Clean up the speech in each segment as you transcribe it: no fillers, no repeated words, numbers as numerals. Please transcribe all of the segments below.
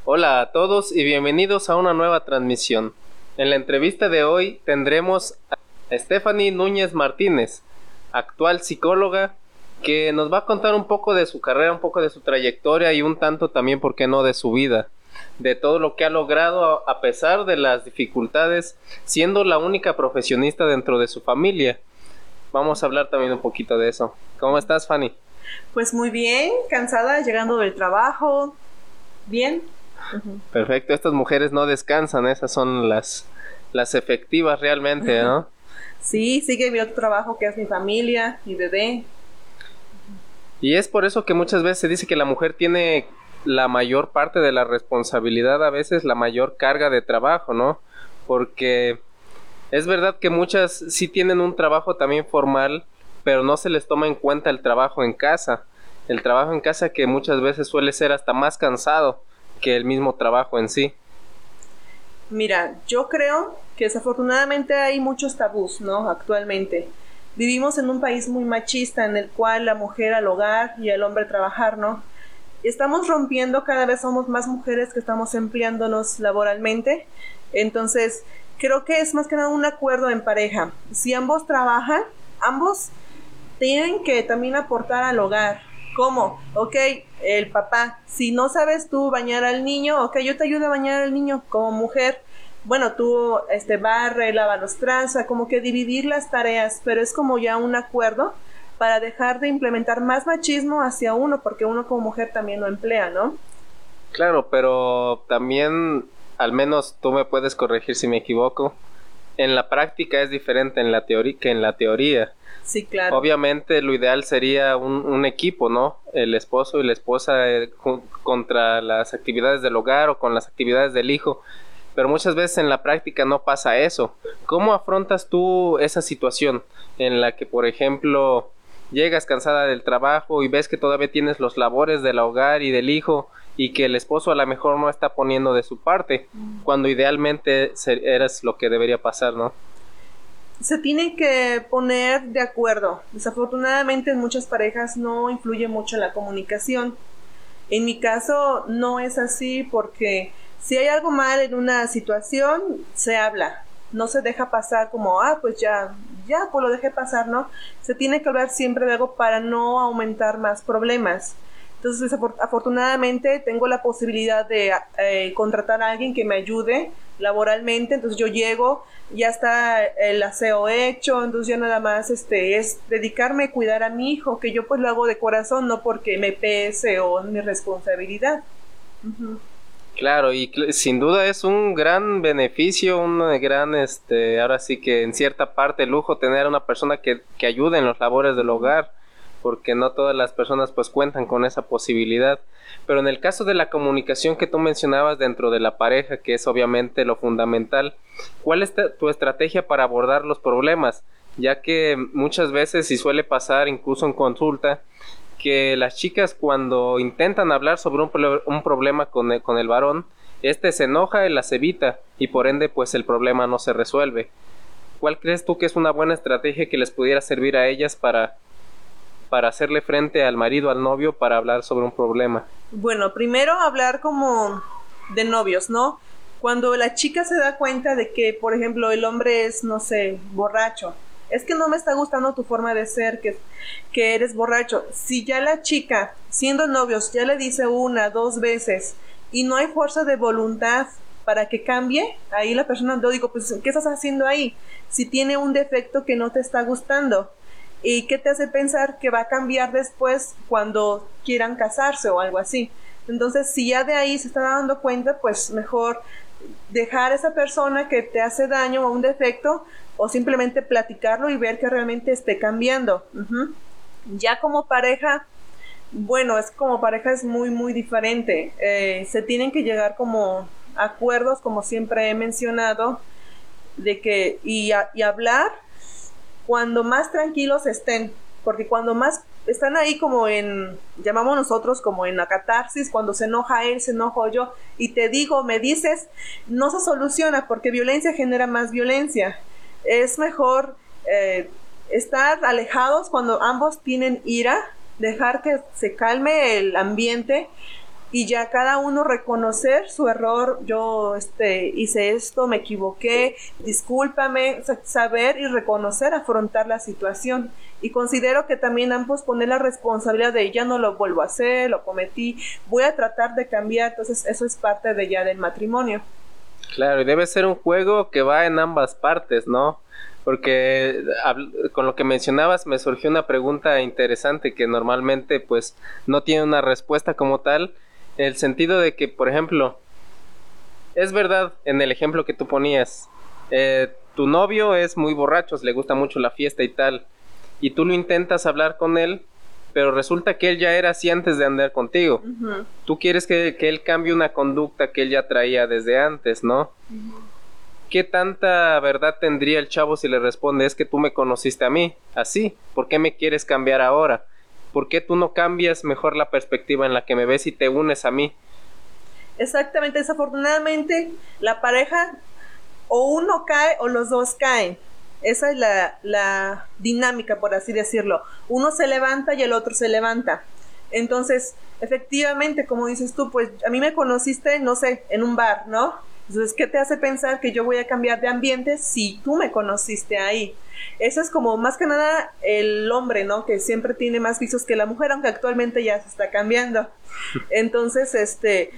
Hola a todos y bienvenidos a una nueva transmisión. En la entrevista de hoy tendremos a Stephanie Núñez Martínez, actual psicóloga, que nos va a contar un poco de su carrera, un poco de su trayectoria y un tanto también, ¿por qué no?, de su vida, de todo lo que ha logrado a pesar de las dificultades, siendo la única profesionista dentro de su familia. Vamos a hablar también un poquito de eso. ¿Cómo estás, Fanny? Pues muy bien, cansada, llegando del trabajo. Bien. Perfecto, estas mujeres no descansan, esas son las efectivas realmente, ¿no? Sí, sigue mi otro trabajo que es mi familia, mi bebé. Y es por eso que muchas veces se dice que la mujer tiene la mayor parte de la responsabilidad, a veces la mayor carga de trabajo, ¿no? Porque es verdad que muchas sí tienen un trabajo también formal, pero no se les toma en cuenta el trabajo en casa. El trabajo en casa que muchas veces suele ser hasta más cansado que el mismo trabajo en sí. Mira, yo creo que desafortunadamente hay muchos tabús, ¿no? Actualmente. Vivimos en un país muy machista en el cual la mujer al hogar y el hombre a trabajar, ¿no? Estamos rompiendo, cada vez somos más mujeres que estamos empleándonos laboralmente. Entonces, creo que es más que nada un acuerdo en pareja. Si ambos trabajan, ambos tienen que también aportar al hogar. ¿Cómo? Ok, el papá, si no sabes tú bañar al niño, ok, yo te ayudo a bañar al niño como mujer. Bueno, tú barre, lava los trastes, como que dividir las tareas, pero es como ya un acuerdo para dejar de implementar más machismo hacia uno, porque uno como mujer también lo emplea, ¿no? Claro, pero también, al menos tú me puedes corregir si me equivoco, en la práctica es diferente en la teoría que en la teoría. Sí, claro. Obviamente lo ideal sería un equipo, ¿no? El esposo y la esposa contra las actividades del hogar o con las actividades del hijo, pero muchas veces en la práctica no pasa eso. ¿Cómo afrontas tú esa situación en la que, por ejemplo, llegas cansada del trabajo y ves que todavía tienes los labores del hogar y del hijo y que el esposo a lo mejor no está poniendo de su parte, cuando idealmente eras lo que debería pasar, ¿no? Se tiene que poner de acuerdo. Desafortunadamente en muchas parejas no influye mucho la comunicación. En mi caso no es así porque si hay algo mal en una situación, se habla. No se deja pasar como, pues ya, pues lo dejé pasar, ¿no? Se tiene que hablar siempre de algo para no aumentar más problemas. Entonces, afortunadamente tengo la posibilidad de contratar a alguien que me ayude laboralmente. Entonces yo llego, ya está el aseo hecho, entonces ya nada más es dedicarme a cuidar a mi hijo, que yo pues lo hago de corazón, no porque me pese o es mi responsabilidad. Uh-huh. Claro, y sin duda es un gran beneficio, un gran, ahora sí que en cierta parte lujo tener a una persona que ayude en los labores del hogar, porque no todas las personas pues cuentan con esa posibilidad. Pero en el caso de la comunicación que tú mencionabas dentro de la pareja, que es obviamente lo fundamental, ¿cuál es tu estrategia para abordar los problemas? Ya que muchas veces, y suele pasar incluso en consulta, que las chicas cuando intentan hablar sobre un problema con el varón, se enoja y las evita y por ende pues el problema no se resuelve. ¿Cuál crees tú que es una buena estrategia que les pudiera servir a ellas para hacerle frente al marido, al novio, para hablar sobre un problema? Bueno, primero hablar como de novios, ¿no? Cuando la chica se da cuenta de que, por ejemplo, el hombre es, no sé, borracho, es que no me está gustando tu forma de ser, que eres borracho. Si ya la chica, siendo novios, ya le dice una, dos veces y no hay fuerza de voluntad para que cambie, ahí la persona, yo digo, pues, ¿qué estás haciendo ahí? Si tiene un defecto que no te está gustando. ¿Y qué te hace pensar que va a cambiar después cuando quieran casarse o algo así? Entonces, si ya de ahí se está dando cuenta, pues mejor dejar a esa persona que te hace daño o un defecto o simplemente platicarlo y ver que realmente esté cambiando. Uh-huh. Ya como pareja, bueno, es como pareja es muy, muy diferente. Se tienen que llegar como acuerdos, como siempre he mencionado, de que y hablar cuando más tranquilos estén, porque cuando más están ahí como en, llamamos nosotros como en la catarsis, cuando se enoja él, se enojo yo, y te digo, me dices, no se soluciona porque violencia genera más violencia. Es mejor estar alejados cuando ambos tienen ira, dejar que se calme el ambiente y ya cada uno reconocer su error, yo hice esto, me equivoqué, discúlpame, saber y reconocer, afrontar la situación. Y considero que también ambos poner la responsabilidad de ya no lo vuelvo a hacer, lo cometí, voy a tratar de cambiar. Entonces eso es parte de ya del matrimonio. Claro, y debe ser un juego que va en ambas partes, ¿no? Porque con lo que mencionabas me surgió una pregunta interesante que normalmente pues no tiene una respuesta como tal, en el sentido de que, por ejemplo, es verdad en el ejemplo que tú ponías, tu novio es muy borracho, le gusta mucho la fiesta y tal, y tú lo intentas hablar con él, pero resulta que él ya era así antes de andar contigo. Uh-huh. Tú quieres que él cambie una conducta que él ya traía desde antes, ¿no? Uh-huh. ¿Qué tanta verdad tendría el chavo si le responde, es que tú me conociste a mí, así? ¿Por qué me quieres cambiar ahora? ¿Por qué tú no cambias mejor la perspectiva en la que me ves y te unes a mí? Exactamente, desafortunadamente la pareja o uno cae o los dos caen. Esa es la dinámica, por así decirlo. Uno se levanta y el otro se levanta. Entonces, efectivamente, como dices tú, pues a mí me conociste, no sé, en un bar, ¿no? Entonces, ¿qué te hace pensar que yo voy a cambiar de ambiente si tú me conociste ahí? Eso es como más que nada el hombre, ¿no? Que siempre tiene más vicios que la mujer, aunque actualmente ya se está cambiando. Entonces,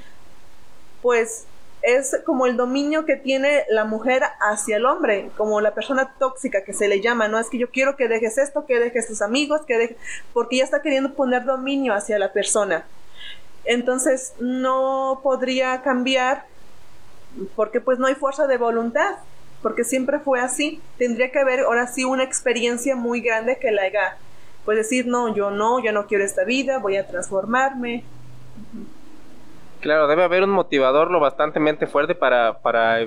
pues es como el dominio que tiene la mujer hacia el hombre, como la persona tóxica que se le llama, ¿no? Es que yo quiero que dejes esto, que dejes tus amigos, porque ella está queriendo poner dominio hacia la persona. Entonces no podría cambiar porque pues no hay fuerza de voluntad, porque siempre fue así. Tendría que haber ahora sí una experiencia muy grande que la haga, pues decir, no, yo no quiero esta vida, voy a transformarme. Claro, debe haber un motivador lo bastantemente fuerte para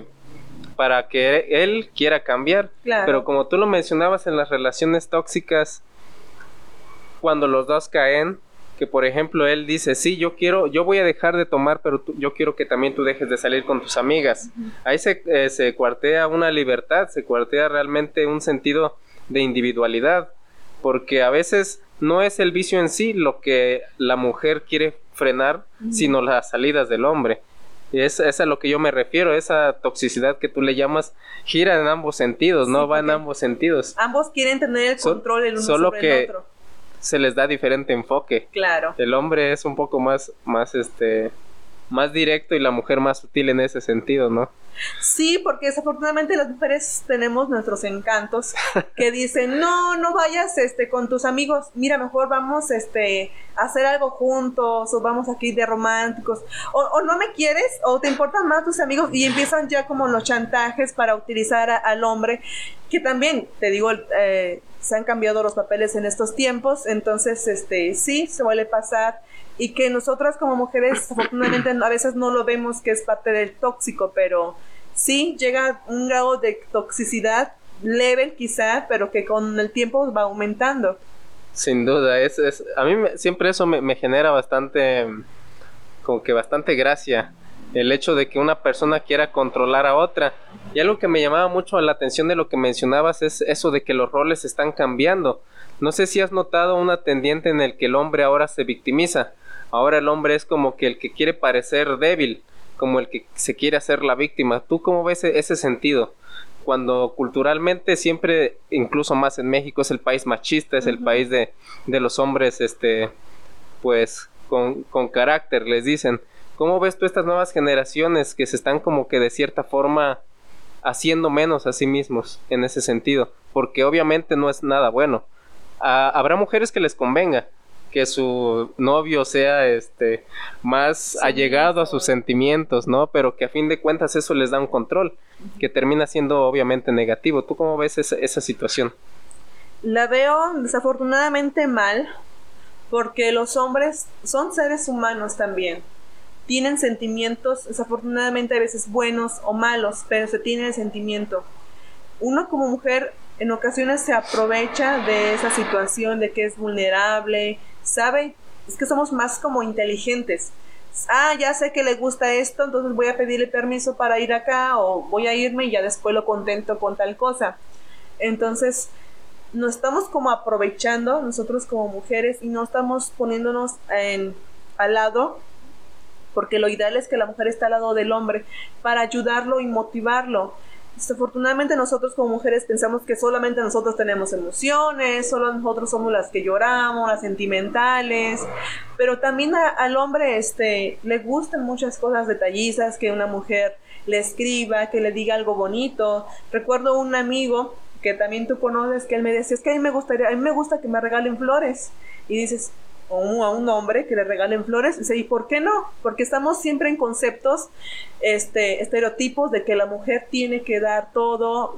que él quiera cambiar. Claro. Pero como tú lo mencionabas en las relaciones tóxicas, cuando los dos caen, que por ejemplo él dice, sí, yo voy a dejar de tomar, pero yo quiero que también tú dejes de salir con tus amigas. Uh-huh. Ahí se cuartea una libertad, se cuartea realmente un sentido de individualidad, porque a veces no es el vicio en sí lo que la mujer quiere frenar, uh-huh, sino las salidas del hombre. Es a lo que yo me refiero, esa toxicidad que tú le llamas, gira en ambos sentidos, sí, ¿no? Va en ambos sentidos. Ambos quieren tener el control el uno sobre el otro. Se les da diferente enfoque. Claro. El hombre es un poco más directo y la mujer más sutil en ese sentido, ¿no? Sí, porque desafortunadamente las mujeres tenemos nuestros encantos que dicen, no vayas con tus amigos, mira, mejor vamos a hacer algo juntos, o vamos aquí de románticos, o no me quieres, o te importan más tus amigos, y empiezan ya como los chantajes para utilizar al hombre, que también, te digo, se han cambiado los papeles en estos tiempos, entonces sí, se suele pasar, y que nosotras como mujeres afortunadamente a veces no lo vemos que es parte del tóxico, pero sí llega un grado de toxicidad leve quizá, pero que con el tiempo va aumentando. Sin duda, a mí siempre eso me genera bastante gracia, el hecho de que una persona quiera controlar a otra. Y algo que me llamaba mucho la atención de lo que mencionabas es eso de que los roles están cambiando. No sé si has notado una tendiente en el que el hombre ahora se victimiza. Ahora el hombre es como que el que quiere parecer débil, como el que se quiere hacer la víctima. ¿Tú cómo ves ese sentido? Cuando culturalmente siempre, incluso más en México, es el país machista, es el país de los hombres, pues, con carácter, les dicen. ¿Cómo ves tú estas nuevas generaciones que se están como que de cierta forma haciendo menos a sí mismos en ese sentido? Porque obviamente no es nada bueno. Habrá mujeres que les convenga que su novio sea más allegado a sus sentimientos, ¿no? Pero que a fin de cuentas eso les da un control que termina siendo obviamente negativo. ¿Tú cómo ves esa situación? La veo desafortunadamente mal, porque los hombres son seres humanos también. Tienen sentimientos, desafortunadamente a veces buenos o malos, pero se tiene el sentimiento. Uno como mujer en ocasiones se aprovecha de esa situación de que es vulnerable, ¿sabe? Es que somos más como inteligentes. Ya sé que le gusta esto, entonces voy a pedirle permiso para ir acá, o voy a irme y ya después lo contento con tal cosa. Entonces nos estamos como aprovechando nosotros como mujeres y no estamos poniéndonos al lado porque lo ideal es que la mujer esté al lado del hombre para ayudarlo y motivarlo. Desafortunadamente nosotros como mujeres pensamos que solamente nosotros tenemos emociones, solo nosotros somos las que lloramos, las sentimentales, pero también al hombre le gustan muchas cosas detallizas, que una mujer le escriba, que le diga algo bonito. Recuerdo un amigo que también tú conoces, que él me decía, es que a mí me gusta que me regalen flores, y dices, o a un hombre que le regalen flores, ¿y por qué no? Porque estamos siempre en conceptos, estereotipos de que la mujer tiene que dar todo,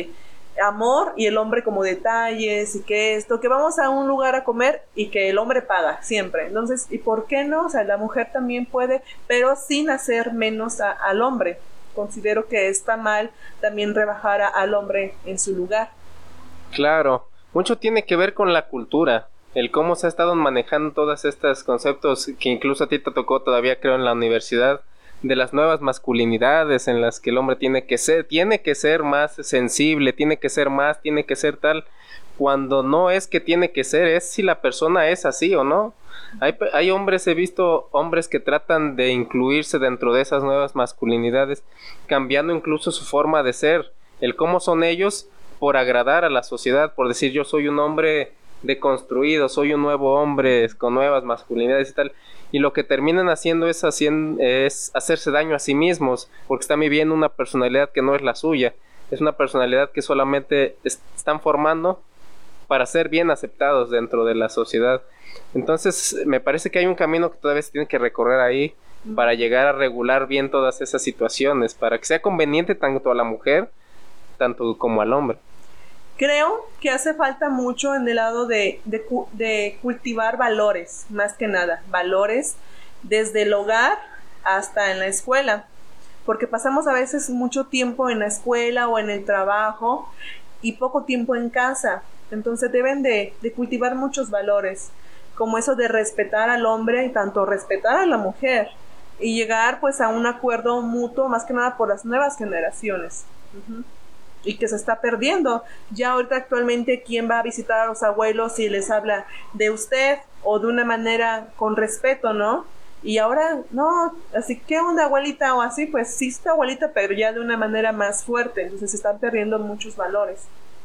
amor, y el hombre como detalles, y que vamos a un lugar a comer y que el hombre paga siempre. Entonces, ¿y por qué no? O sea, la mujer también puede, pero sin hacer menos al hombre. Considero que está mal también rebajar al hombre en su lugar. Claro, mucho tiene que ver con la cultura, el cómo se ha estado manejando todos estos conceptos que incluso a ti te tocó todavía, creo, en la universidad, de las nuevas masculinidades en las que el hombre tiene que ser más sensible, tiene que ser tal, cuando no es que tiene que ser, es si la persona es así o no. Hay hombres, he visto hombres que tratan de incluirse dentro de esas nuevas masculinidades, cambiando incluso su forma de ser, el cómo son ellos, por agradar a la sociedad, por decir yo soy un hombre deconstruido, soy un nuevo hombre con nuevas masculinidades y tal, y lo que terminan haciendo es hacerse daño a sí mismos, porque están viviendo una personalidad que no es la suya, es una personalidad que solamente están formando para ser bien aceptados dentro de la sociedad. Entonces me parece que hay un camino que todavía se tiene que recorrer ahí para llegar a regular bien todas esas situaciones, para que sea conveniente tanto a la mujer tanto como al hombre. Creo que hace falta mucho en el lado de cultivar valores, más que nada, valores desde el hogar hasta en la escuela, porque pasamos a veces mucho tiempo en la escuela o en el trabajo y poco tiempo en casa. Entonces deben de cultivar muchos valores, como eso de respetar al hombre y tanto respetar a la mujer, y llegar pues a un acuerdo mutuo, más que nada por las nuevas generaciones. Y que se está perdiendo. Ya ahorita actualmente, ¿quién va a visitar a los abuelos y les habla de usted o de una manera con respeto, no? Y ahora, no, así, ¿qué onda, abuelita? O así, pues sí está abuelita, pero ya de una manera más fuerte. Entonces se están perdiendo muchos valores.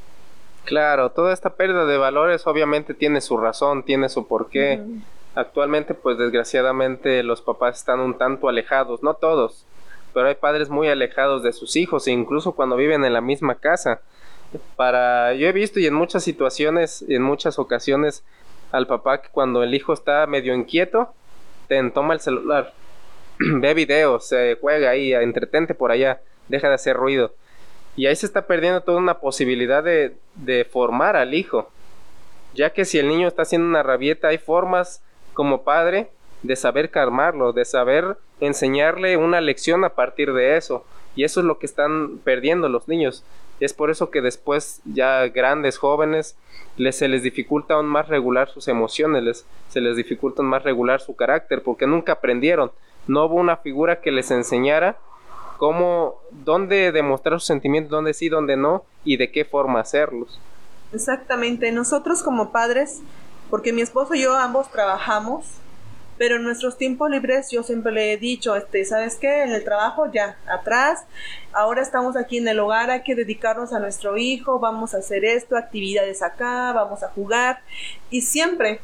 Claro, toda esta pérdida de valores obviamente tiene su razón, tiene su porqué. Actualmente, pues desgraciadamente los papás están un tanto alejados, no todos, pero hay padres muy alejados de sus hijos, e incluso cuando viven en la misma casa. Yo he visto y en muchas situaciones, en muchas ocasiones, al papá que cuando el hijo está medio inquieto, toma el celular, ve videos, juega ahí, entretente por allá, deja de hacer ruido. Y ahí se está perdiendo toda una posibilidad de formar al hijo, ya que si el niño está haciendo una rabieta, hay formas como padre de saber calmarlo, de saber enseñarle una lección a partir de eso, y eso es lo que están perdiendo los niños. Es por eso que después, ya grandes, jóvenes, se les dificulta aún más regular sus emociones, se les dificulta más regular su carácter, porque nunca aprendieron, no hubo una figura que les enseñara dónde demostrar sus sentimientos, dónde sí, dónde no, y de qué forma hacerlos. Exactamente, nosotros como padres, porque mi esposo y yo ambos trabajamos, pero en nuestros tiempos libres yo siempre le he dicho, ¿sabes qué? En el trabajo ya, atrás, ahora estamos aquí en el hogar, hay que dedicarnos a nuestro hijo, vamos a hacer esto, actividades acá, vamos a jugar, y siempre,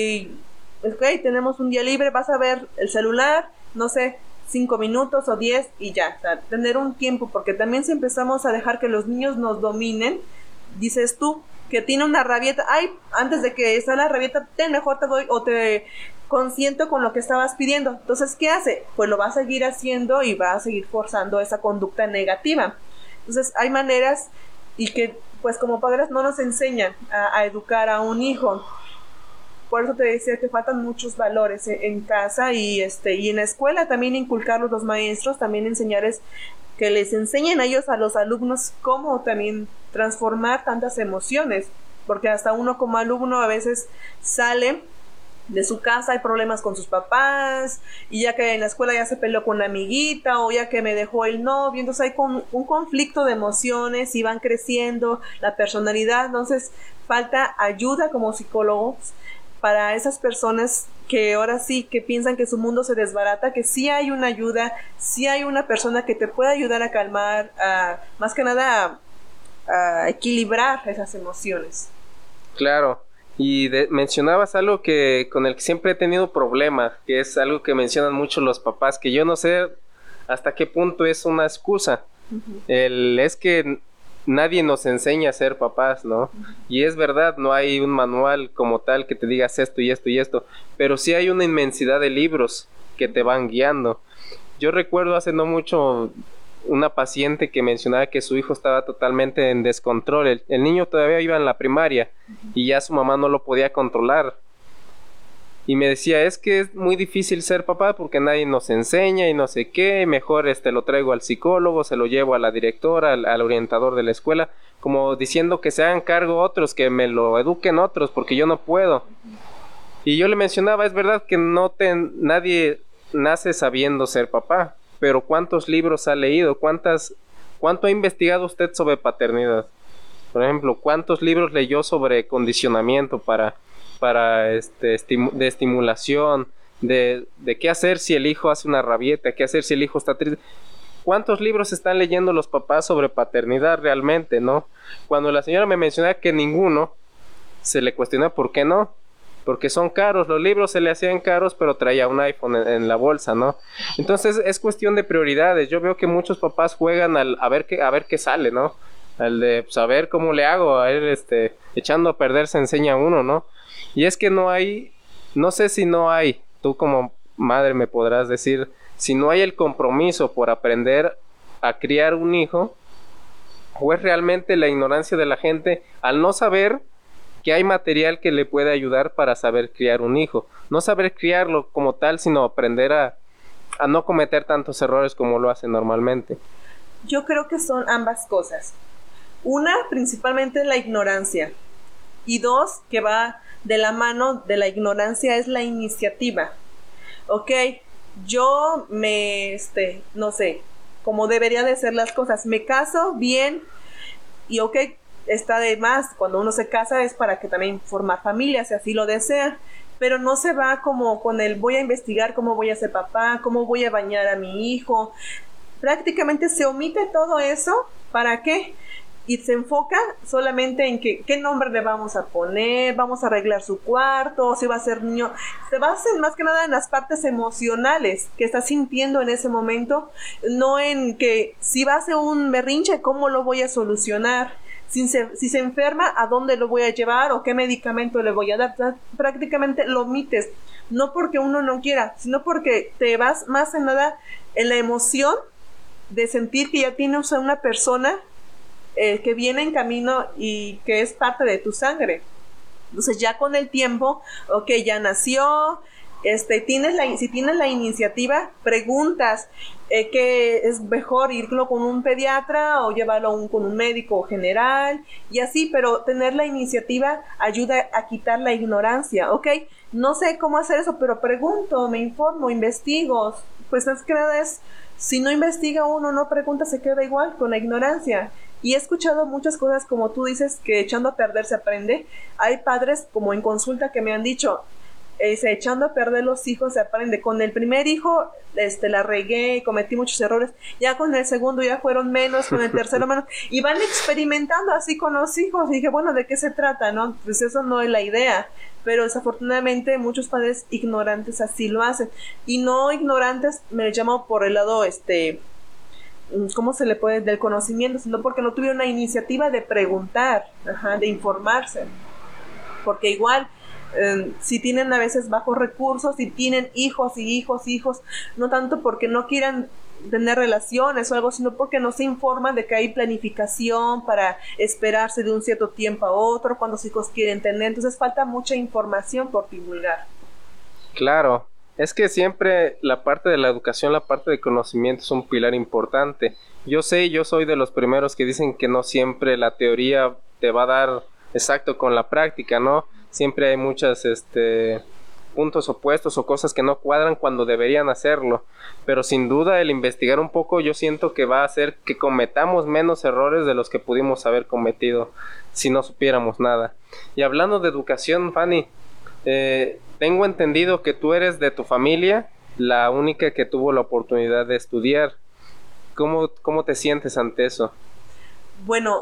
ok, tenemos un día libre, vas a ver el celular, no sé, 5 minutos o 10 y ya, o sea, tener un tiempo, porque también si empezamos a dejar que los niños nos dominen, dices tú, que tiene una rabieta, ay, antes de que salga la rabieta, mejor te doy o te consiento con lo que estabas pidiendo. Entonces, ¿qué hace? Pues lo va a seguir haciendo y va a seguir forzando esa conducta negativa. Entonces, hay maneras y que, pues como padres no nos enseñan a educar a un hijo. Por eso te decía que faltan muchos valores en casa y en la escuela también inculcarlos los maestros, también enseñarles que les enseñen a ellos, a los alumnos, cómo también transformar tantas emociones, porque hasta uno como alumno a veces sale de su casa, hay problemas con sus papás, y ya que en la escuela ya se peleó con una amiguita, o ya que me dejó el novio, entonces hay un conflicto de emociones y van creciendo la personalidad. Entonces falta ayuda como psicólogos para esas personas que ahora sí, que piensan que su mundo se desbarata, que sí hay una ayuda, sí hay una persona que te puede ayudar a calmar, más que nada a equilibrar esas emociones. Claro, y mencionabas algo que con el que siempre he tenido problemas, que es algo que mencionan mucho los papás, que yo no sé hasta qué punto es una excusa. Es que nadie nos enseña a ser papás, ¿no? Y es verdad, no hay un manual como tal que te digas esto y esto y esto, pero sí hay una inmensidad de libros que te van guiando. Yo recuerdo hace no mucho una paciente que mencionaba que su hijo estaba totalmente en descontrol. El niño todavía iba en la primaria y ya su mamá no lo podía controlar. Y me decía, es que es muy difícil ser papá porque nadie nos enseña y no sé qué, mejor lo traigo al psicólogo, se lo llevo a la directora, al orientador de la escuela, como diciendo que se hagan cargo otros, que me lo eduquen otros porque yo no puedo. Y yo le mencionaba, es verdad que nadie nace sabiendo ser papá, pero ¿cuántos libros ha leído? ¿Cuánto ha investigado usted sobre paternidad? Por ejemplo, ¿cuántos libros leyó sobre condicionamiento de estimulación, de qué hacer si el hijo hace una rabieta, qué hacer si el hijo está triste? ¿Cuántos libros están leyendo los papás sobre paternidad realmente, no? Cuando la señora me mencionaba que ninguno, se le cuestiona por qué no. Porque son caros, los libros se le hacían caros, pero traía un iPhone en la bolsa, ¿no? Entonces es cuestión de prioridades. Yo veo que muchos papás juegan a ver qué sale, ¿no? Al de, pues, a ver cómo le hago, a ver, echando a perder se enseña uno, ¿no? Y es que no sé si no hay, tú como madre me podrás decir, si no hay el compromiso por aprender a criar un hijo, o es realmente la ignorancia de la gente al no saber que hay material que le puede ayudar para saber criar un hijo. No saber criarlo como tal, sino aprender a no cometer tantos errores como lo hace normalmente. Yo creo que son ambas cosas. Una, principalmente la ignorancia. Y dos, que va de la mano de la ignorancia, es la iniciativa. Ok, yo no sé, cómo debería de ser las cosas. Me caso bien y ok, está de más. Cuando uno se casa es para que también formar familia, si así lo desea. Pero no se va como con el voy a investigar cómo voy a ser papá, cómo voy a bañar a mi hijo. Prácticamente se omite todo eso. ¿Para qué? Y se enfoca solamente en qué nombre le vamos a poner, vamos a arreglar su cuarto, si va a ser niño. Se basa más que nada en las partes emocionales que está sintiendo en ese momento, no en que si va a hacer un berrinche, ¿cómo lo voy a solucionar? Si se enferma, ¿a dónde lo voy a llevar o qué medicamento le voy a dar? Prácticamente lo omites, no porque uno no quiera, sino porque te vas más en nada en la emoción de sentir que ya tienes a una persona que viene en camino y que es parte de tu sangre. Entonces ya con el tiempo, ok, ya nació, si tienes la iniciativa, preguntas que es mejor irlo con un pediatra o llevarlo con un médico general y así, pero tener la iniciativa ayuda a quitar la ignorancia, ok, no sé cómo hacer eso, pero pregunto, me informo, investigo. Pues más que nada es, si no investiga uno, no pregunta, se queda igual con la ignorancia. Y he escuchado muchas cosas como tú dices, que echando a perder se aprende. Hay padres como en consulta que me han dicho, echando a perder los hijos se aprende. Con el primer hijo la regué, cometí muchos errores, ya con el segundo ya fueron menos, con el tercero menos, y van experimentando así con los hijos. Y dije, bueno, ¿de qué se trata? ¿No? Pues eso no es la idea, pero desafortunadamente muchos padres ignorantes así lo hacen, y no ignorantes me llamo por el lado ¿cómo se le puede? Del conocimiento, sino porque no tuvieron la iniciativa de preguntar, de informarse, porque igual si tienen a veces bajos recursos, si tienen hijos, no tanto porque no quieran tener relaciones o algo, sino porque no se informan de que hay planificación para esperarse de un cierto tiempo a otro, cuando los hijos quieren tener. Entonces falta mucha información por divulgar. Claro, es que siempre la parte de la educación, la parte de conocimiento es un pilar importante. Yo soy de los primeros que dicen que no siempre la teoría te va a dar exacto con la práctica, ¿no? Siempre hay muchos puntos opuestos o cosas que no cuadran cuando deberían hacerlo, pero sin duda el investigar un poco yo siento que va a hacer que cometamos menos errores de los que pudimos haber cometido si no supiéramos nada. Y hablando de educación, Fanny, Tengo entendido que tú eres de tu familia la única que tuvo la oportunidad de estudiar. ¿Cómo te sientes ante eso? Bueno,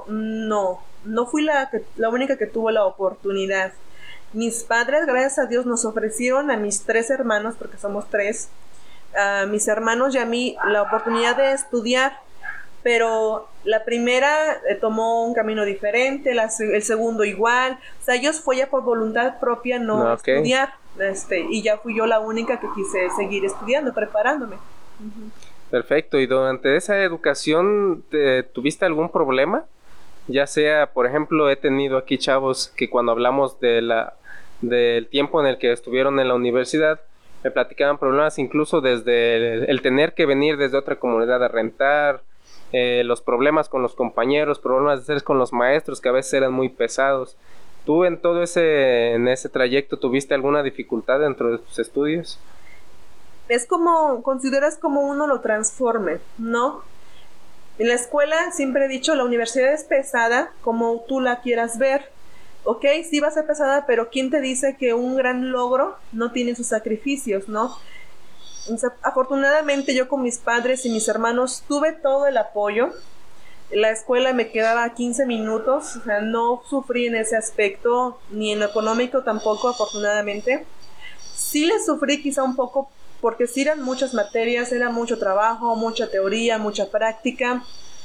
no fui la única que tuvo la oportunidad. Mis padres, gracias a Dios, nos ofrecieron a mis 3 hermanos, porque somos 3, a mis hermanos y a mí la oportunidad de estudiar, pero la primera tomó un camino diferente, el segundo igual, o sea, ellos fue ya por voluntad propia no Okay. estudiar, y ya fui yo la única que quise seguir estudiando, preparándome. Perfecto. ¿Y durante esa educación tuviste algún problema? Ya sea, por ejemplo, he tenido aquí chavos que cuando hablamos del tiempo en el que estuvieron en la universidad, me platicaban problemas incluso desde el tener que venir desde otra comunidad a rentar, los problemas con los compañeros, problemas de estrés con los maestros que a veces eran muy pesados. ¿Tú en en ese trayecto tuviste alguna dificultad dentro de tus estudios? Es como, consideras como uno lo transforme, ¿no? En la escuela siempre he dicho, la universidad es pesada como tú la quieras ver. Ok, sí va a ser pesada, pero ¿quién te dice que un gran logro no tiene sus sacrificios, no? O sea, afortunadamente yo con mis padres y mis hermanos tuve todo el apoyo. La escuela me quedaba a 15 minutos, o sea, no sufrí en ese aspecto, ni en lo económico tampoco, afortunadamente. Sí le sufrí quizá un poco porque sí eran muchas materias, era mucho trabajo, mucha teoría, mucha práctica,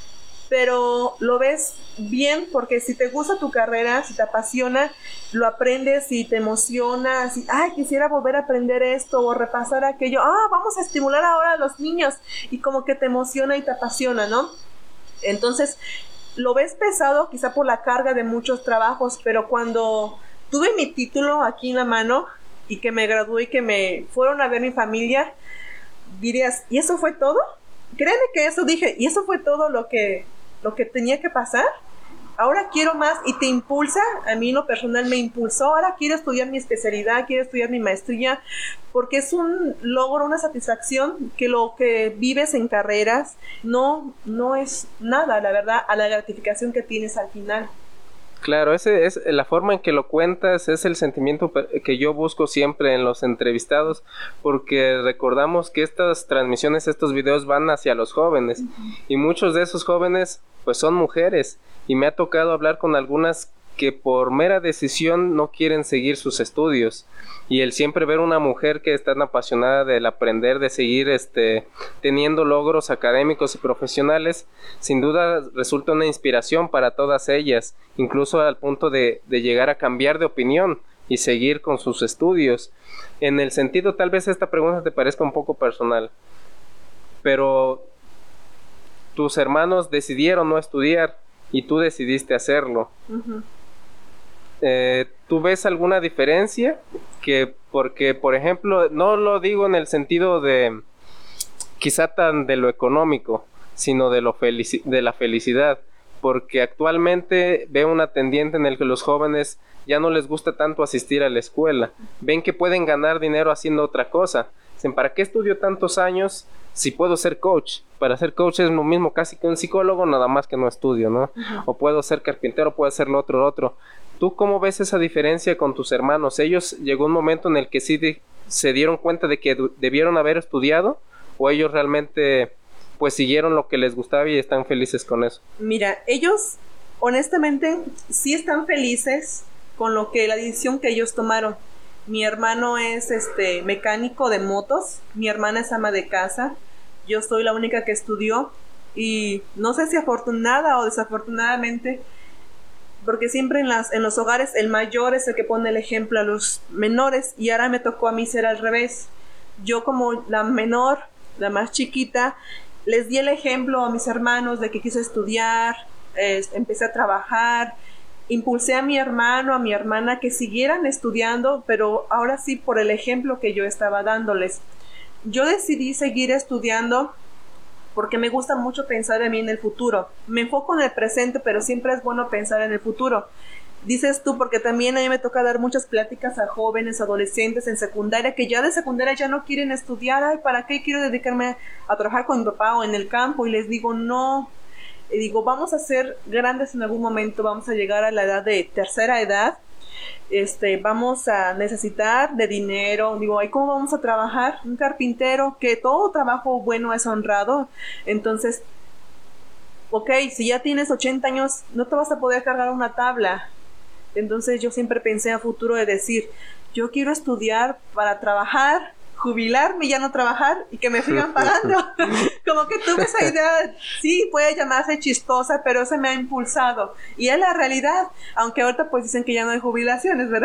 pero lo ves bien porque si te gusta tu carrera, si te apasiona, lo aprendes y te emociona, así, ay, quisiera volver a aprender esto o repasar aquello, vamos a estimular ahora a los niños, y como que te emociona y te apasiona, ¿no? Entonces, lo ves pesado quizá por la carga de muchos trabajos, pero cuando tuve mi título aquí en la mano y que me gradué y que me fueron a ver mi familia, dirías, ¿y eso fue todo? Créeme que eso dije, ¿y eso fue todo lo que tenía que pasar? Ahora quiero más, y te impulsa, a mí en lo personal me impulsó, ahora quiero estudiar mi especialidad, quiero estudiar mi maestría, porque es un logro, una satisfacción que lo que vives en carreras no es nada, la verdad, a la gratificación que tienes al final. Claro, ese es la forma en que lo cuentas, es el sentimiento que yo busco siempre en los entrevistados, porque recordamos que estas transmisiones, estos videos van hacia los jóvenes, y muchos de esos jóvenes pues son mujeres, y me ha tocado hablar con algunas que por mera decisión no quieren seguir sus estudios, y el siempre ver una mujer que es tan apasionada del aprender, de seguir teniendo logros académicos y profesionales, sin duda resulta una inspiración para todas ellas, incluso al punto de llegar a cambiar de opinión y seguir con sus estudios. En el sentido, tal vez esta pregunta te parezca un poco personal, pero tus hermanos decidieron no estudiar y tú decidiste hacerlo. Uh-huh. ¿Tú ves alguna diferencia? Porque, por ejemplo, no lo digo en el sentido de quizá tan de lo económico, sino de la felicidad, porque actualmente veo una tendiente en el que los jóvenes ya no les gusta tanto asistir a la escuela, ven que pueden ganar dinero haciendo otra cosa. Dicen, ¿para qué estudio tantos años si puedo ser coach? Para ser coach es lo mismo casi que un psicólogo, nada más que no estudio, ¿no? Uh-huh. O puedo ser carpintero, puedo hacer lo otro. ¿Tú cómo ves esa diferencia con tus hermanos? ¿Ellos llegó un momento en el que sí se dieron cuenta de que debieron haber estudiado? ¿O ellos realmente pues siguieron lo que les gustaba y están felices con eso? Mira, ellos honestamente sí están felices con la decisión que ellos tomaron. Mi hermano es mecánico de motos, mi hermana es ama de casa, yo soy la única que estudió, y no sé si afortunada o desafortunadamente, porque siempre en los hogares el mayor es el que pone el ejemplo a los menores, y ahora me tocó a mí ser al revés. Yo como la menor, la más chiquita, les di el ejemplo a mis hermanos de que quise estudiar, empecé a trabajar, impulsé a mi hermano, a mi hermana que siguieran estudiando, pero ahora sí por el ejemplo que yo estaba dándoles. Yo decidí seguir estudiando porque me gusta mucho pensar en mí en el futuro. Me enfoco en el presente, pero siempre es bueno pensar en el futuro. Dices tú, porque también a mí me toca dar muchas pláticas a jóvenes, adolescentes en secundaria, que ya de secundaria ya no quieren estudiar. Ay, ¿para qué quiero dedicarme a trabajar con mi papá o en el campo? Y les digo, no. Y digo, vamos a ser grandes en algún momento, vamos a llegar a la edad de tercera edad, vamos a necesitar de dinero. Digo, ¿ay, cómo vamos a trabajar? Un carpintero, que todo trabajo bueno es honrado. Entonces, ok, si ya tienes 80 años, no te vas a poder cargar una tabla. Entonces yo siempre pensé a futuro de decir, yo quiero estudiar para trabajar, jubilarme y ya no trabajar y que me sigan pagando. Como que tuve esa idea, sí, puede llamarse chistosa, pero eso me ha impulsado. Y es la realidad, aunque ahorita pues dicen que ya no hay jubilaciones, ¿verdad?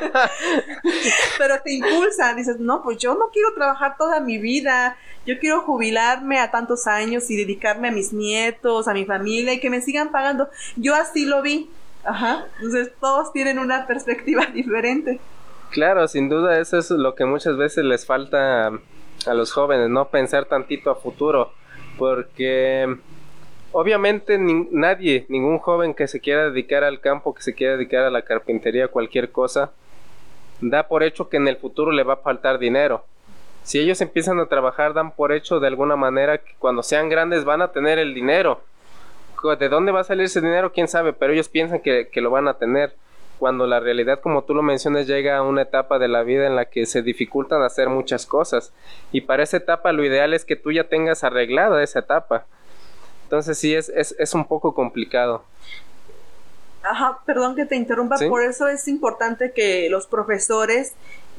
Pero te impulsa, dices, no, pues yo no quiero trabajar toda mi vida, yo quiero jubilarme a tantos años y dedicarme a mis nietos, a mi familia y que me sigan pagando. Yo así lo vi. Ajá, entonces todos tienen una perspectiva diferente. Claro, sin duda eso es lo que muchas veces les falta a los jóvenes, no pensar tantito a futuro, porque obviamente ningún joven que se quiera dedicar al campo, que se quiera dedicar a la carpintería, cualquier cosa, da por hecho que en el futuro le va a faltar dinero. Si ellos empiezan a trabajar, dan por hecho de alguna manera que cuando sean grandes van a tener el dinero. ¿De dónde va a salir ese dinero? Quién sabe, pero ellos piensan que lo van a tener, cuando la realidad, como tú lo mencionas, llega a una etapa de la vida en la que se dificultan hacer muchas cosas, y para esa etapa lo ideal es que tú ya tengas arreglada esa etapa. Entonces sí, es un poco complicado. Ajá, perdón que te interrumpa, ¿sí? Por eso es importante que los profesores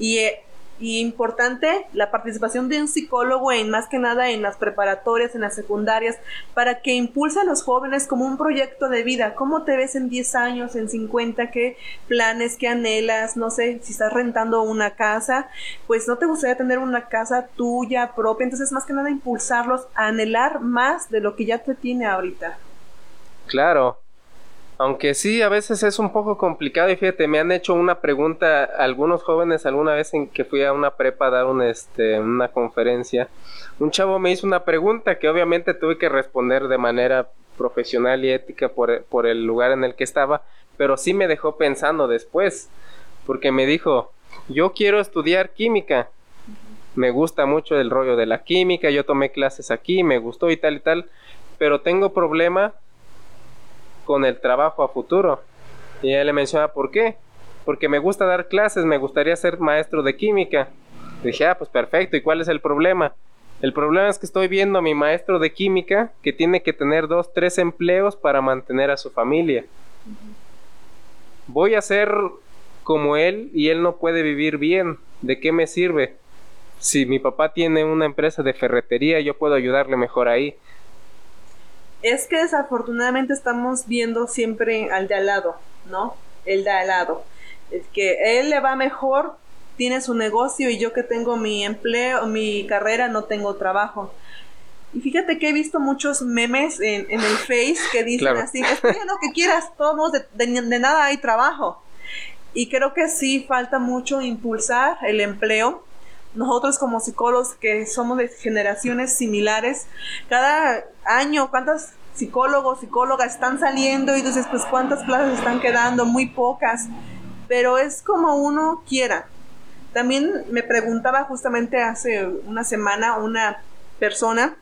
y importante la participación de un psicólogo más que nada en las preparatorias, en las secundarias, para que impulse a los jóvenes como un proyecto de vida. ¿Cómo te ves en 10 años, en 50? ¿Qué planes, qué anhelas? No sé, si estás rentando una casa, pues no te gustaría tener una casa tuya propia. Entonces, más que nada, impulsarlos a anhelar más de lo que ya te tiene ahorita. Claro. Aunque sí, a veces es un poco complicado, y fíjate, me han hecho una pregunta algunos jóvenes alguna vez en que fui a una prepa a dar una conferencia. Un chavo me hizo una pregunta que obviamente tuve que responder de manera profesional y ética por el lugar en el que estaba, pero sí me dejó pensando después, porque me dijo, yo quiero estudiar química, me gusta mucho el rollo de la química, yo tomé clases aquí, me gustó y tal, pero tengo problema con el trabajo a futuro. Y ella le menciona por qué. Porque me gusta dar clases, me gustaría ser maestro de química. Y dije, pues perfecto, ¿y cuál es el problema? El problema es que estoy viendo a mi maestro de química que tiene que tener 2, 3 empleos para mantener a su familia. Voy a ser como él y él no puede vivir bien. ¿De qué me sirve? Si mi papá tiene una empresa de ferretería, yo puedo ayudarle mejor ahí. Es que desafortunadamente estamos viendo siempre al de al lado, ¿no? El de al lado. Es que él le va mejor, tiene su negocio y yo que tengo mi empleo, mi carrera, no tengo trabajo. Y fíjate que he visto muchos memes en el Face que dicen claro. Así, estudia lo que quieras, todos de nada hay trabajo. Y creo que sí falta mucho impulsar el empleo. Nosotros como psicólogos que somos de generaciones similares, cada año cuántos psicólogos, psicólogas están saliendo y entonces pues cuántas plazas están quedando, muy pocas, pero es como uno quiera. También me preguntaba justamente hace una semana una persona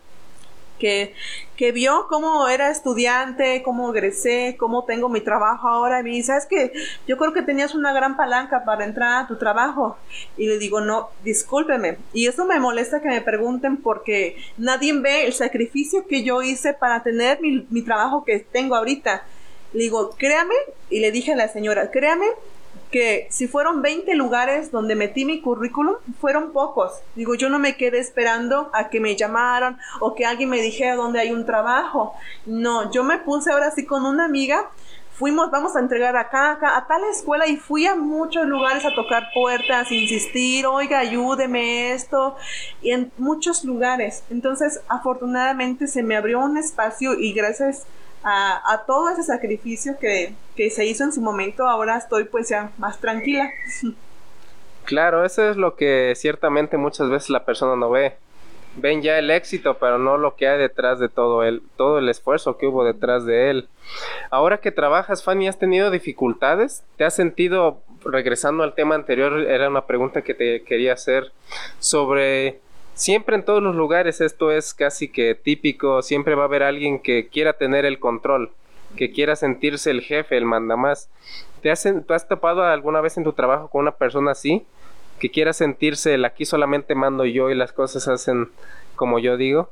que vio cómo era estudiante, cómo egresé, cómo tengo mi trabajo ahora, y me dice, ¿sabes qué? Yo creo que tenías una gran palanca para entrar a tu trabajo. Y le digo, no, discúlpeme. Y eso me molesta que me pregunten porque nadie ve el sacrificio que yo hice para tener mi trabajo que tengo ahorita. Le digo, créame, y le dije a la señora, créame, que si fueron 20 lugares donde metí mi currículum, fueron pocos. Digo, yo no me quedé esperando a que me llamaran o que alguien me dijera dónde hay un trabajo. No, yo me puse ahora sí con una amiga, vamos a entregar acá, a tal escuela, y fui a muchos lugares a tocar puertas, insistir, oiga, ayúdeme esto, y en muchos lugares. Entonces, afortunadamente se me abrió un espacio y gracias a todo ese sacrificio que se hizo en su momento, ahora estoy pues ya más tranquila. Claro, eso es lo que ciertamente muchas veces la persona no ve. Ven ya el éxito, pero no lo que hay detrás de todo el esfuerzo que hubo detrás de él. Ahora que trabajas, Fanny, ¿has tenido dificultades? ¿Te has sentido, regresando al tema anterior, era una pregunta que te quería hacer sobre... Siempre en todos los lugares esto es casi que típico, siempre va a haber alguien que quiera tener el control. que quiera sentirse el jefe, el mandamás. ¿Tú has topado alguna vez en tu trabajo con una persona así? Que quiera sentirse el aquí solamente mando yo y las cosas se hacen como yo digo.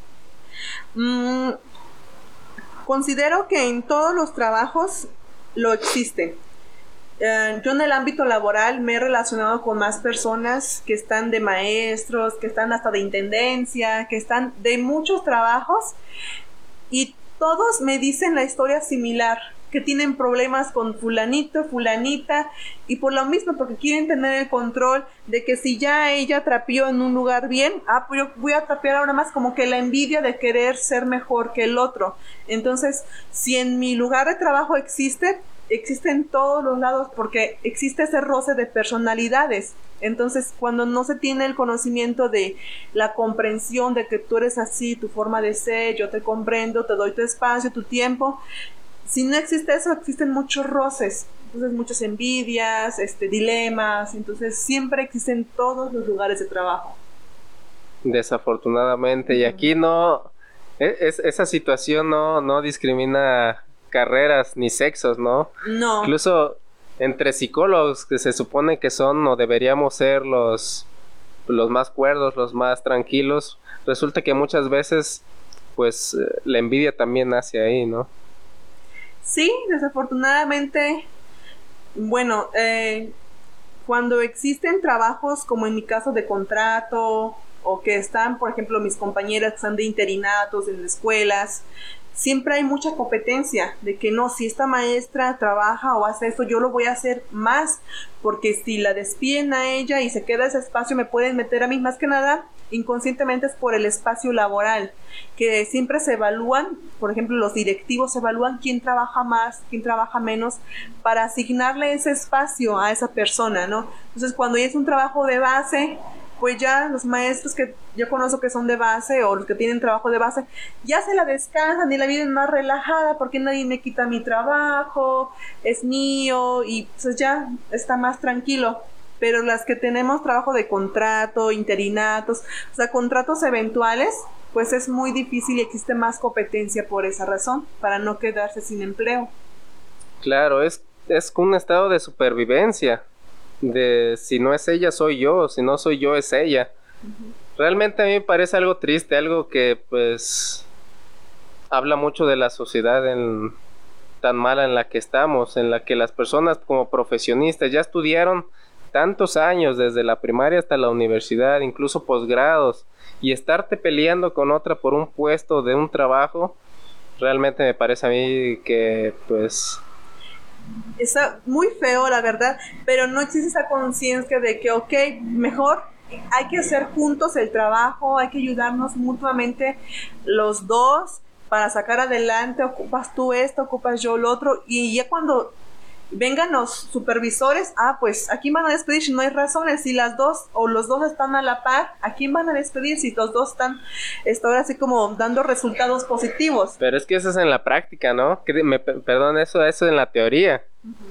Mm, considero que en todos los trabajos lo existe. Yo en el ámbito laboral me he relacionado con más personas que están de maestros, que están hasta de intendencia, que están de muchos trabajos y todos me dicen la historia similar, que tienen problemas con fulanito, fulanita, y por lo mismo, porque quieren tener el control de que si ya ella trapeó en un lugar bien, pues yo voy a trapear ahora más, como que la envidia de querer ser mejor que el otro. Entonces, si en mi lugar de trabajo existe en todos los lados, porque existe ese roce de personalidades. Entonces, cuando no se tiene el conocimiento de la comprensión de que tú eres así, tu forma de ser, yo te comprendo, te doy tu espacio, tu tiempo, si no existe eso, existen muchos roces, entonces muchas envidias, dilemas, entonces siempre existen en todos los lugares de trabajo. Desafortunadamente, y aquí no, esa situación no discrimina carreras ni sexos, ¿no? No. Incluso entre psicólogos, que se supone que son o deberíamos ser los más cuerdos, los más tranquilos, resulta que muchas veces pues la envidia también nace ahí, ¿no? Sí, desafortunadamente, bueno, cuando existen trabajos como en mi caso de contrato o que están, por ejemplo, mis compañeras que están de interinatos en escuelas, siempre hay mucha competencia de que no, si esta maestra trabaja o hace esto, yo lo voy a hacer más, porque si la despiden a ella y se queda ese espacio, me pueden meter a mí. Más que nada, inconscientemente es por el espacio laboral, que siempre se evalúan, por ejemplo, los directivos evalúan quién trabaja más, quién trabaja menos, para asignarle ese espacio a esa persona, ¿no? Entonces, cuando ya es un trabajo de base, pues ya los maestros que yo conozco que son de base o los que tienen trabajo de base, ya se la descansan y la vida es más relajada porque nadie me quita mi trabajo, es mío y pues ya está más tranquilo. Pero las que tenemos trabajo de contrato, interinatos, o sea, contratos eventuales, pues es muy difícil y existe más competencia por esa razón, para no quedarse sin empleo. Claro, es un estado de supervivencia. De si no es ella soy yo, si no soy yo es ella. Realmente a mí me parece algo triste, algo que pues habla mucho de la sociedad tan mala en la que estamos, en la que las personas como profesionistas ya estudiaron tantos años, desde la primaria hasta la universidad, incluso posgrados, y estarte peleando con otra por un puesto de un trabajo, realmente me parece a mí que pues está muy feo, la verdad, pero no existe esa conciencia de que, ok, mejor hay que hacer juntos el trabajo, hay que ayudarnos mutuamente los dos para sacar adelante, ocupas tú esto, ocupas yo lo otro, y ya cuando vengan los supervisores, pues ¿a quién van a despedir si no hay razones? Si las dos o los dos están a la par, ¿a quién van a despedir si los dos están ahora así como dando resultados positivos? Pero es que eso es en la práctica, ¿no? Perdón, eso es en la teoría.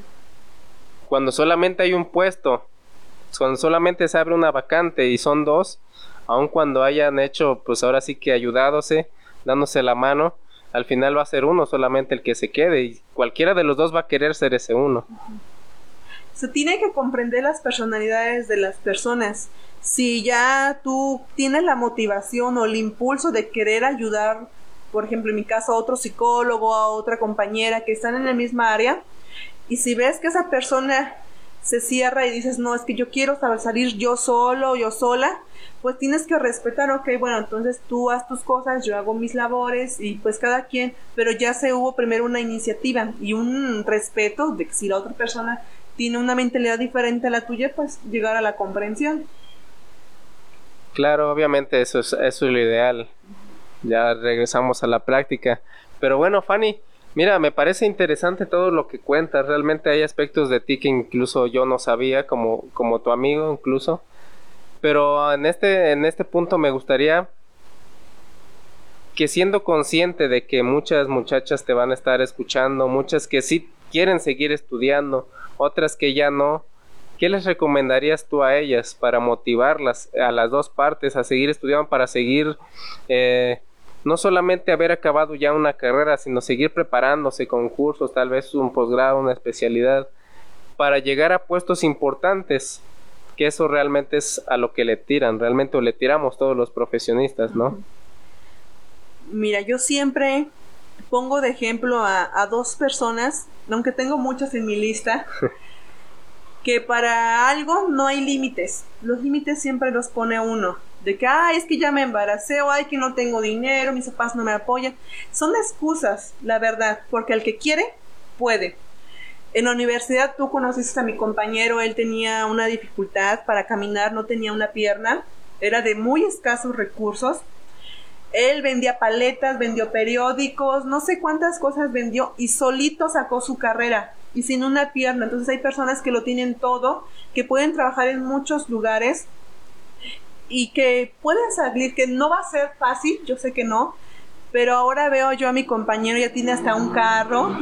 Cuando solamente hay un puesto, cuando solamente se abre una vacante y son dos, aun cuando hayan hecho, pues ahora sí que ayudádose, dándose la mano, al final va a ser uno solamente el que se quede y cualquiera de los dos va a querer ser ese uno. Se tiene que comprender las personalidades de las personas. Si ya tú tienes la motivación o el impulso de querer ayudar, por ejemplo en mi caso a otro psicólogo, a otra compañera que están en la misma área, y si ves que esa persona se cierra y dices, no, es que yo quiero salir yo solo, yo sola, pues tienes que respetar, ok, bueno, entonces tú haz tus cosas, yo hago mis labores y pues cada quien, pero ya se hubo primero una iniciativa y un respeto de que si la otra persona tiene una mentalidad diferente a la tuya, pues llegar a la comprensión. Claro, obviamente eso es lo ideal. Ya regresamos a la práctica. Pero bueno, Fanny, mira, me parece interesante todo lo que cuentas. Realmente hay aspectos de ti que incluso yo no sabía, como tu amigo incluso. Pero en este punto me gustaría que, siendo consciente de que muchas muchachas te van a estar escuchando, muchas que sí quieren seguir estudiando, otras que ya no, ¿qué les recomendarías tú a ellas para motivarlas, a las dos partes, a seguir estudiando, para seguir no solamente haber acabado ya una carrera, sino seguir preparándose con cursos, tal vez un posgrado, una especialidad, para llegar a puestos importantes, que eso realmente es a lo que le tiran, realmente le tiramos todos los profesionistas, ¿no? Mira, yo siempre pongo de ejemplo a dos personas, aunque tengo muchas en mi lista, que para algo no hay límites. Los límites siempre los pone uno. De que, es que ya me embaracé, o ay, que no tengo dinero, mis papás no me apoyan. Son excusas, la verdad, porque el que quiere, puede. En la universidad tú conociste a mi compañero, él tenía una dificultad para caminar, no tenía una pierna, era de muy escasos recursos. Él vendía paletas, vendió periódicos, no sé cuántas cosas vendió y solito sacó su carrera y sin una pierna. Entonces hay personas que lo tienen todo, que pueden trabajar en muchos lugares y que pueden salir, que no va a ser fácil, yo sé que no, pero ahora veo yo a mi compañero, ya tiene hasta un carro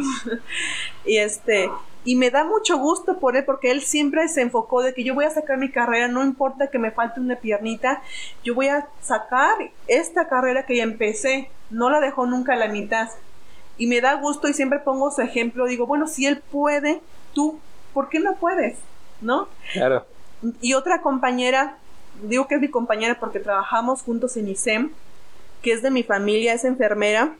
y me da mucho gusto por él, porque él siempre se enfocó de que yo voy a sacar mi carrera, no importa que me falte una piernita, yo voy a sacar esta carrera que ya empecé, no la dejó nunca a la mitad. Y me da gusto y siempre pongo su ejemplo, digo, bueno, si él puede, tú, ¿por qué no puedes? ¿No? Claro. Y otra compañera, digo que es mi compañera porque trabajamos juntos en ISEM, que es de mi familia, es enfermera.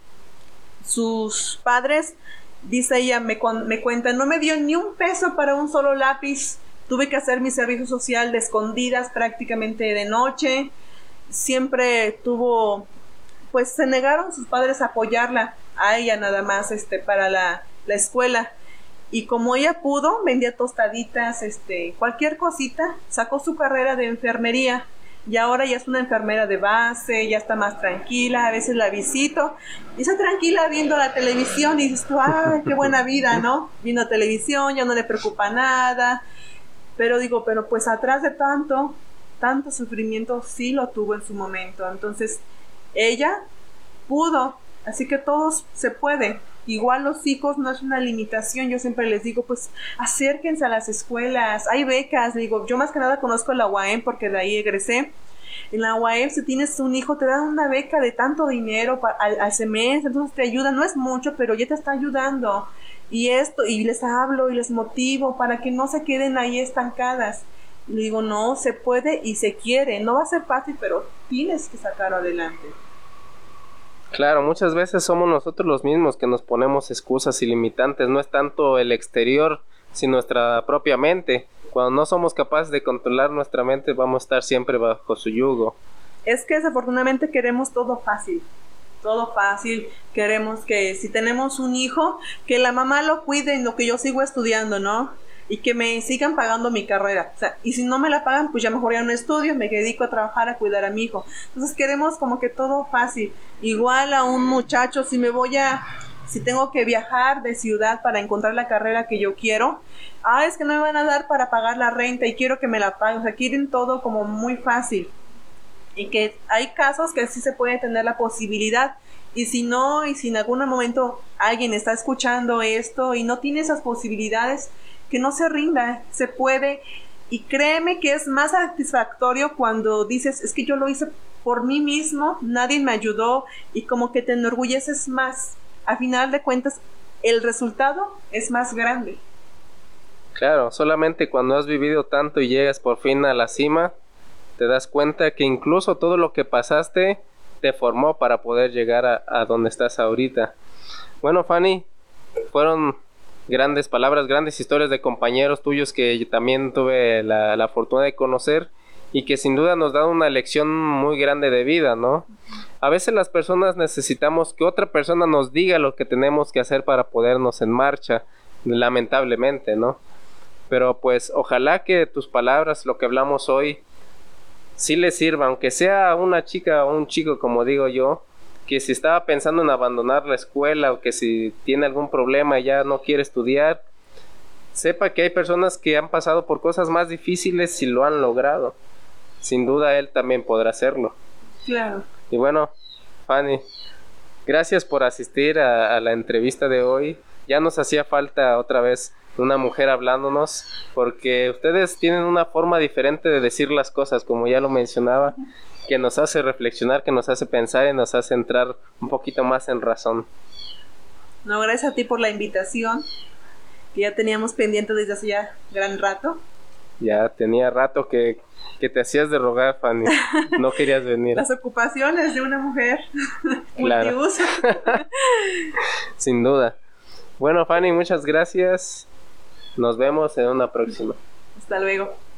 Sus padres, dice ella, me cuenta, no me dio ni un peso para un solo lápiz. Tuve que hacer mi servicio social de escondidas, prácticamente de noche. Siempre tuvo, pues se negaron sus padres a apoyarla, a ella nada más, para la escuela. Y como ella pudo, vendía tostaditas, cualquier cosita, sacó su carrera de enfermería. Y ahora ya es una enfermera de base, ya está más tranquila, a veces la visito y está tranquila viendo la televisión y dices tú, ¡ay, qué buena vida!, ¿no? Viendo televisión, ya no le preocupa nada. Pero digo, pero pues atrás de tanto sufrimiento sí lo tuvo en su momento. Entonces, ella pudo, así que todos se puede. Igual los hijos no es una limitación, yo siempre les digo, pues acérquense a las escuelas, hay becas, digo, yo más que nada conozco la UAM porque de ahí egresé. En la UAM, si tienes un hijo, te dan una beca de tanto dinero al semestre, entonces te ayuda, no es mucho, pero ya te está ayudando. Y les hablo y les motivo para que no se queden ahí estancadas. Y le digo, no, se puede y se quiere, no va a ser fácil, pero tienes que sacarlo adelante. Claro, muchas veces somos nosotros los mismos que nos ponemos excusas y limitantes, no es tanto el exterior, sino nuestra propia mente. Cuando no somos capaces de controlar nuestra mente, vamos a estar siempre bajo su yugo. Es que desafortunadamente queremos todo fácil, queremos que si tenemos un hijo, que la mamá lo cuide en lo que yo sigo estudiando, ¿no? Y que me sigan pagando mi carrera. O sea, y si no me la pagan, pues ya mejor ya no estudio, me dedico a trabajar, a cuidar a mi hijo. Entonces queremos como que todo fácil. Igual a un muchacho, si tengo que viajar de ciudad para encontrar la carrera que yo quiero, es que no me van a dar para pagar la renta y quiero que me la paguen. O sea, quieren todo como muy fácil. Y que hay casos que sí se puede tener la posibilidad. Y si no, y si en algún momento alguien está escuchando esto y no tiene esas posibilidades, que no se rinda, se puede. Y créeme que es más satisfactorio cuando dices, es que yo lo hice por mí mismo, nadie me ayudó, y como que te enorgulleces más. A final de cuentas, el resultado es más grande. Claro, solamente cuando has vivido tanto y llegas por fin a la cima, te das cuenta que incluso todo lo que pasaste te formó para poder llegar a donde estás ahorita. Bueno, Fanny, fueron grandes palabras, grandes historias de compañeros tuyos que también tuve la fortuna de conocer y que sin duda nos dan una lección muy grande de vida, ¿no? A veces las personas necesitamos que otra persona nos diga lo que tenemos que hacer para ponernos en marcha, lamentablemente, ¿no? Pero pues ojalá que tus palabras, lo que hablamos hoy, sí les sirva, aunque sea una chica o un chico, como digo yo, que si estaba pensando en abandonar la escuela o que si tiene algún problema y ya no quiere estudiar, sepa que hay personas que han pasado por cosas más difíciles y lo han logrado. Sin duda él también podrá hacerlo. Claro. Y bueno, Fanny, gracias por asistir a la entrevista de hoy. Ya nos hacía falta otra vez una mujer hablándonos, porque ustedes tienen una forma diferente de decir las cosas, como ya lo mencionaba, que nos hace reflexionar, que nos hace pensar y nos hace entrar un poquito más en razón. No, gracias a ti por la invitación, que ya teníamos pendiente desde hace ya gran rato. Ya tenía rato que te hacías de rogar, Fanny. No querías venir. Las ocupaciones de una mujer. Claro. Multiuso. Sin duda. Bueno, Fanny, muchas gracias. Nos vemos en una próxima. Hasta luego.